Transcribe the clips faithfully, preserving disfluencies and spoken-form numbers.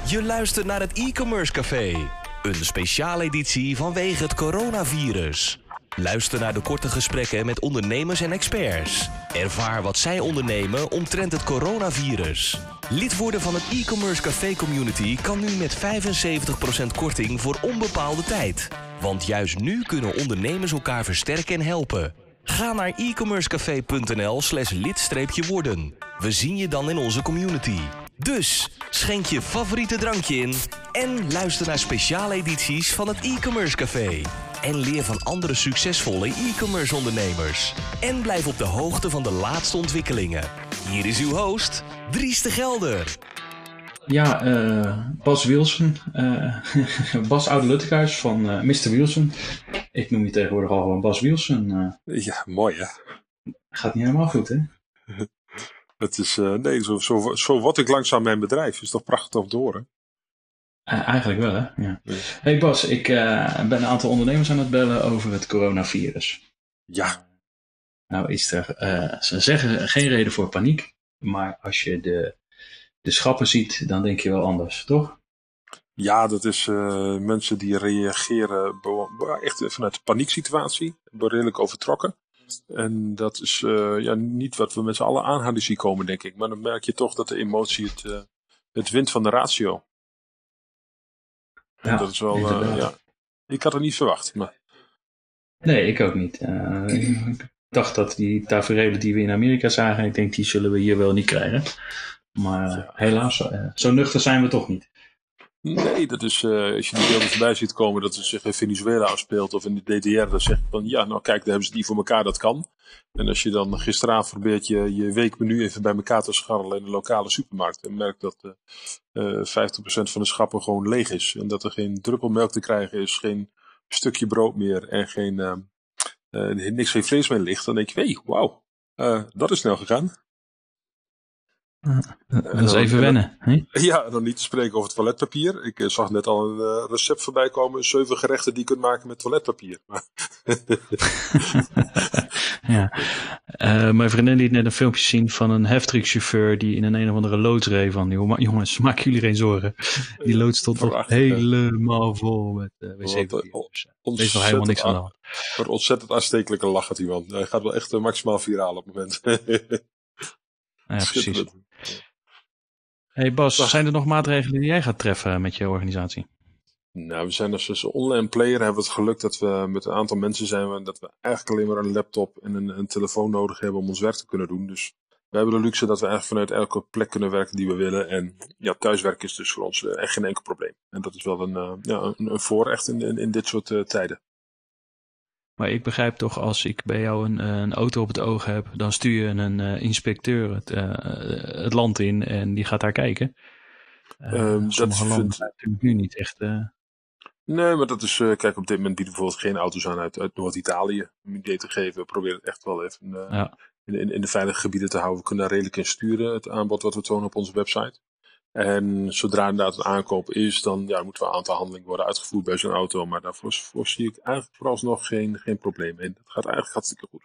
Je luistert naar het e-commerce café. Een speciale editie vanwege het coronavirus. Luister naar de korte gesprekken met ondernemers en experts. Ervaar wat zij ondernemen omtrent het coronavirus. Lid worden van het e-commerce café community kan nu met vijfenzeventig procent korting voor onbepaalde tijd. Want juist nu kunnen ondernemers elkaar versterken en helpen. Ga naar e-commercecafé.nl slash lid-worden. We zien je dan in onze community. Dus schenk je favoriete drankje in en luister naar speciale edities van het e-commerce café. En leer van andere succesvolle e-commerce ondernemers. En blijf op de hoogte van de laatste ontwikkelingen. Hier is uw host, Dries de Gelder. Ja, uh, Bas Wilson. Uh, Bas Oude-Luttekhuis van uh, mister Wilson. Ik noem je tegenwoordig al gewoon Bas Wilson. Uh, ja, mooi hè? Gaat niet helemaal goed hè? Het is, uh, nee, zo, zo, zo word ik langzaam mijn bedrijf. Is toch prachtig om te horen? Uh, eigenlijk wel, hè? Ja. Ja. Hey Bas, ik uh, ben een aantal ondernemers aan het bellen over het coronavirus. Ja. Nou is er, uh, ze zeggen geen reden voor paniek. Maar als je de, de schappen ziet, dan denk je wel anders, toch? Ja, dat is uh, mensen die reageren be- echt vanuit de panieksituatie. Redelijk overtrokken. En dat is uh, ja, niet wat we met z'n allen aan hadden zien komen, denk ik. Maar dan merk je toch dat de emotie het, uh, het wint van de ratio. En ja, dat is wel, uh, ja. Ik had het niet verwacht. Maar... Nee, ik ook niet. Uh, ik dacht dat die taferelen die we in Amerika zagen, ik denk die zullen we hier wel niet krijgen. Maar uh, helaas, uh, zo nuchter zijn we toch niet. Nee, dat is, uh, als je die beelden voorbij ziet komen dat het zich in Venezuela afspeelt of in de D D R, dan zeg je van ja, nou kijk, daar hebben ze die voor elkaar, dat kan. En als je dan gisteravond probeert je, je weekmenu even bij elkaar te scharrelen in de lokale supermarkt en merkt dat uh, uh, vijftig procent van de schappen gewoon leeg is. En dat er geen druppel melk te krijgen is, geen stukje brood meer en geen, uh, uh, niks geen vlees meer ligt. Dan denk je, hé, hey, wauw, uh, dat is snel gegaan. Uh, dat is even dan, wennen. He? Ja, dan niet te spreken over het toiletpapier. Ik uh, zag net al een uh, recept voorbij komen. Zeven gerechten die je kunt maken met toiletpapier. ja. uh, mijn vriendin liet net een filmpje zien van een heftruckchauffeur die in een een of andere loods reed. Van, jongens, maken jullie geen zorgen. Die loods stond toch helemaal vol met uh, wc-papier. Dus, uh, er is nog helemaal niks aan de hand. Een ontzettend aanstekelijke lach had die man. Hij gaat wel echt uh, maximaal viraal op het moment. Ja, precies. Hey Bas, zijn er nog maatregelen die jij gaat treffen met je organisatie? Nou, we zijn als online player, hebben we het geluk dat we met een aantal mensen zijn, dat we eigenlijk alleen maar een laptop en een, een telefoon nodig hebben om ons werk te kunnen doen. Dus we hebben de luxe dat we eigenlijk vanuit elke plek kunnen werken die we willen. En ja, thuiswerken is dus voor ons echt geen enkel probleem. En dat is wel een, uh, ja, een, een voorrecht in, in, in dit soort uh, tijden. Maar ik begrijp toch, als ik bij jou een, een auto op het oog heb, dan stuur je een uh, inspecteur het, uh, het land in en die gaat daar kijken. Uh, um, sommige dat landen zijn natuurlijk nu niet echt... Uh... Nee, maar dat is... Uh, kijk, op dit moment bieden we bijvoorbeeld geen auto's aan uit, uit Noord-Italië. Om een idee te geven, we proberen het echt wel even uh, ja. in, in, in de veilige gebieden te houden. We kunnen daar redelijk in sturen, het aanbod wat we tonen op onze website. En zodra inderdaad een aankoop is, dan ja, moeten we een aantal handelingen worden uitgevoerd bij zo'n auto. Maar daarvoor voor zie ik eigenlijk vooralsnog geen, geen probleem in. Dat gaat eigenlijk hartstikke goed.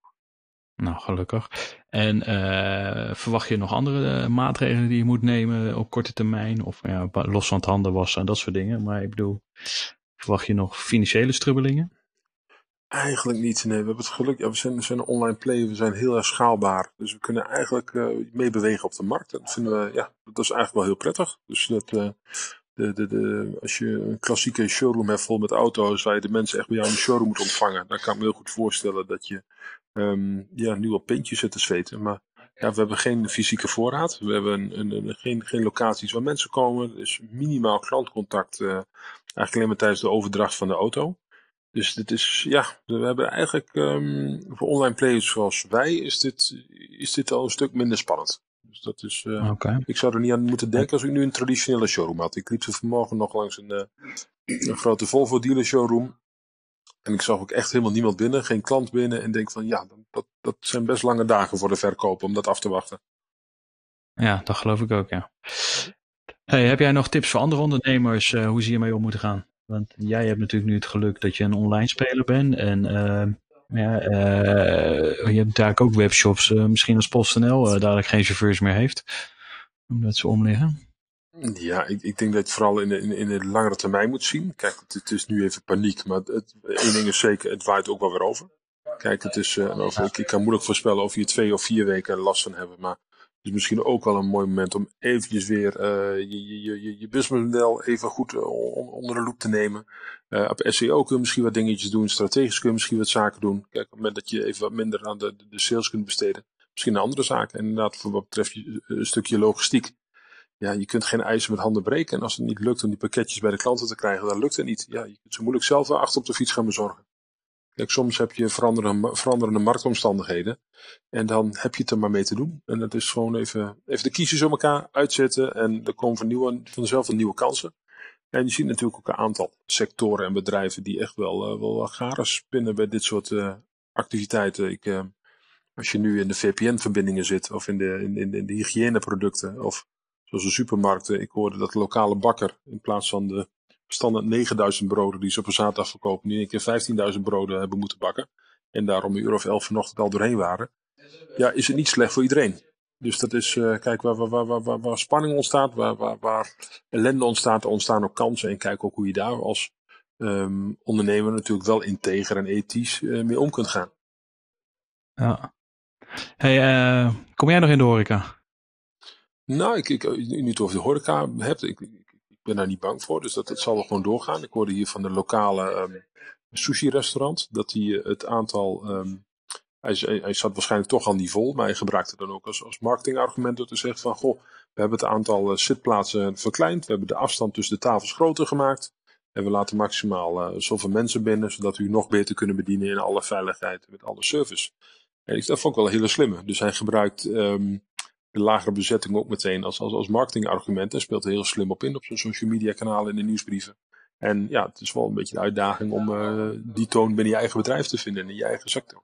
Nou, gelukkig. En uh, verwacht je nog andere uh, maatregelen die je moet nemen op korte termijn? Of ja, los van het handen wassen en dat soort dingen. Maar ik bedoel, verwacht je nog financiële strubbelingen? Eigenlijk niet. Nee, we hebben het geluk. Ja, we, zijn, we zijn een online player, we zijn heel erg schaalbaar. Dus we kunnen eigenlijk uh, meebewegen op de markt. Dat vinden we, ja, dat is eigenlijk wel heel prettig. Dus dat, uh, de, de, de, als je een klassieke showroom hebt vol met auto's, waar je de mensen echt bij jou in de showroom moet ontvangen, dan kan ik me heel goed voorstellen dat je um, ja, nu op pintjes zit te zweten. Maar ja, we hebben geen fysieke voorraad. We hebben een, een, een, geen, geen locaties waar mensen komen. Er is minimaal klantcontact, uh, eigenlijk alleen maar tijdens de overdracht van de auto. Dus dit is, ja, we hebben eigenlijk um, voor online players zoals wij is dit, is dit al een stuk minder spannend. Dus dat is, uh, okay. Ik zou er niet aan moeten denken als ik nu een traditionele showroom had. Ik liep ze vanmorgen nog langs een, uh, een grote Volvo dealer showroom. En ik zag ook echt helemaal niemand binnen, geen klant binnen. En denk van ja, dat, dat zijn best lange dagen voor de verkoper om dat af te wachten. Ja, dat geloof ik ook, ja. Hey, heb jij nog tips voor andere ondernemers uh, hoe ze hiermee om moeten gaan? Want jij hebt natuurlijk nu het geluk dat je een online speler bent. En uh, ja, uh, je hebt natuurlijk ook webshops. Uh, misschien als PostNL uh, dadelijk geen chauffeurs meer heeft. Omdat ze omliggen. Ja, ik, ik denk dat je het vooral in de, in, in de langere termijn moet zien. Kijk, het, het is nu even paniek, maar het, één ding is zeker, het waait ook wel weer over. Kijk, het is, uh, over, ik, ik kan moeilijk voorspellen of je twee of vier weken last van hebben, maar het is misschien ook wel een mooi moment om eventjes weer uh, je, je, je, je businessmodel even goed uh, onder de loep te nemen. Uh, op S E O kun je misschien wat dingetjes doen, strategisch kun je misschien wat zaken doen. Kijk, op het moment dat je even wat minder aan de, de sales kunt besteden, misschien een andere zaken. En inderdaad, voor wat betreft je, een stukje logistiek. Ja, je kunt geen ijzer met handen breken. En als het niet lukt om die pakketjes bij de klanten te krijgen, dan lukt het niet. Ja, je kunt zo moeilijk zelf wel achter op de fiets gaan bezorgen. Kijk, soms heb je veranderende, veranderende marktomstandigheden. En dan heb je het er maar mee te doen. En dat is gewoon even, even de kiezers om elkaar uitzetten. En er komen van, nieuwe, van dezelfde nieuwe kansen. En je ziet natuurlijk ook een aantal sectoren en bedrijven die echt wel, uh, wel garen spinnen bij dit soort uh, activiteiten. Ik, uh, als je nu in de V P N-verbindingen zit, of in de, in, in, in de hygiëneproducten, of zoals de supermarkten. Ik hoorde dat de lokale bakker in plaats van de standaard negenduizend broden die ze op een zaterdag verkopen, nu een keer vijftienduizend broden hebben moeten bakken. En daarom een uur of elf vanochtend al doorheen waren. Ja, is het niet slecht voor iedereen. Dus dat is, uh, kijk, waar, waar, waar, waar, waar spanning ontstaat, waar, waar, waar ellende ontstaat, er ontstaan ook kansen. En kijk ook hoe je daar als um, ondernemer natuurlijk wel integer en ethisch uh, mee om kunt gaan. Ja. Hey, uh, kom jij nog in de horeca? Nou, ik, ik, nu het over de horeca hebt, ik, ik, ik ben daar niet bang voor, dus dat, dat zal wel gewoon doorgaan. Ik hoorde hier van de lokale um, sushi-restaurant, dat hij het aantal, um, hij, hij zat waarschijnlijk toch al niet vol, maar hij gebruikte dan ook als, als marketingargument door te zeggen van, goh, we hebben het aantal uh, zitplaatsen verkleind, we hebben de afstand tussen de tafels groter gemaakt, en we laten maximaal uh, zoveel mensen binnen, zodat we u nog beter kunnen bedienen in alle veiligheid, met alle service. En ik, dat vond ik wel een hele slimme. Dus hij gebruikt um, de lagere bezetting ook meteen als, als, als marketingargument en speelt er heel slim op in op zijn social media kanalen en de nieuwsbrieven. En ja, het is wel een beetje de uitdaging om uh, die toon binnen je eigen bedrijf te vinden en in je eigen sector.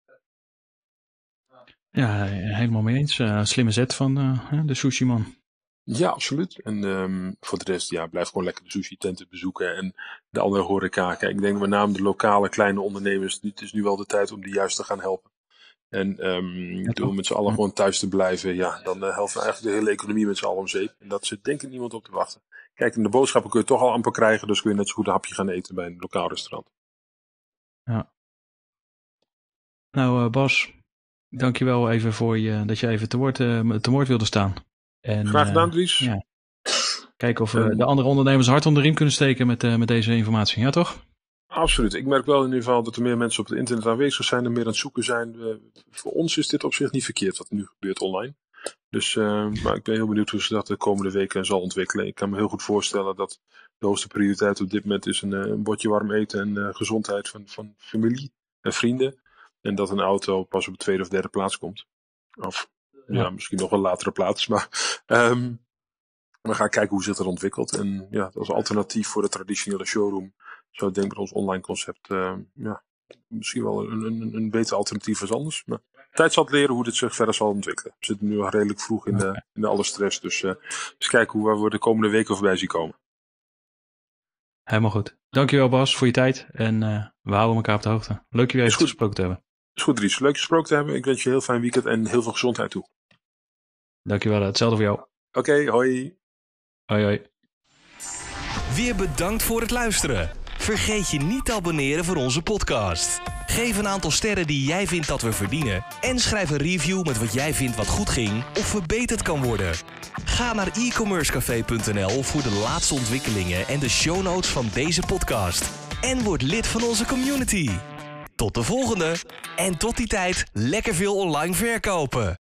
Ja, helemaal mee eens. Uh, slimme zet van uh, de sushi man. Ja, absoluut. En um, voor de rest, ja, blijf gewoon lekker de sushi-tenten bezoeken en de andere horeca. Kijk, ik denk met name de lokale kleine ondernemers, het is nu wel de tijd om die juist te gaan helpen. En um, ja, door met z'n allen gewoon thuis te blijven, ja, dan uh, helpen we eigenlijk de hele economie met z'n allen om zeep. En dat zit denk ik niemand op te wachten. Kijk, en de boodschappen kun je toch al amper krijgen, dus kun je net zo goed een hapje gaan eten bij een lokaal restaurant. Ja. Nou uh, Bas, dankjewel even voor je, dat je even te woord, uh, te woord wilde staan. En, Graag gedaan, Dries. Uh, ja. Kijken of we uh, de andere ondernemers hard om de riem kunnen steken met, uh, met deze informatie, ja toch? Absoluut. Ik merk wel in ieder geval dat er meer mensen op het internet aanwezig zijn en meer aan het zoeken zijn. Uh, voor ons is dit op zich niet verkeerd wat er nu gebeurt online. Dus, uh, maar ik ben heel benieuwd hoe ze dat de komende weken zal ontwikkelen. Ik kan me heel goed voorstellen dat de hoogste prioriteit op dit moment is een, een bordje warm eten en uh, gezondheid van, van familie en vrienden. En dat een auto pas op de tweede of derde plaats komt. Of ja, ja misschien nog een latere plaats. Maar um, we gaan kijken hoe zich dat ontwikkelt. En ja, als alternatief voor de traditionele showroom zou ik denken dat ons online concept uh, ja, misschien wel een, een, een beter alternatief is anders. Maar tijd zal het leren hoe dit zich verder zal ontwikkelen. We zitten nu al redelijk vroeg in de, in de alle stress. Dus uh, eens kijken hoe we de komende weken voorbij zien komen. Helemaal goed. Dankjewel Bas voor je tijd. En uh, we houden elkaar op de hoogte. Leuk je weer even gesproken te hebben. Is goed Dries. Leuk gesproken te hebben. Ik wens je een heel fijn weekend en heel veel gezondheid toe. Dankjewel. Hetzelfde voor jou. Oké, okay, hoi. Hoi hoi. Weer bedankt voor het luisteren. Vergeet je niet te abonneren voor onze podcast. Geef een aantal sterren die jij vindt dat we verdienen. En schrijf een review met wat jij vindt wat goed ging of verbeterd kan worden. Ga naar e commerce café punt n l voor de laatste ontwikkelingen en de show notes van deze podcast. En word lid van onze community. Tot de volgende. En tot die tijd lekker veel online verkopen.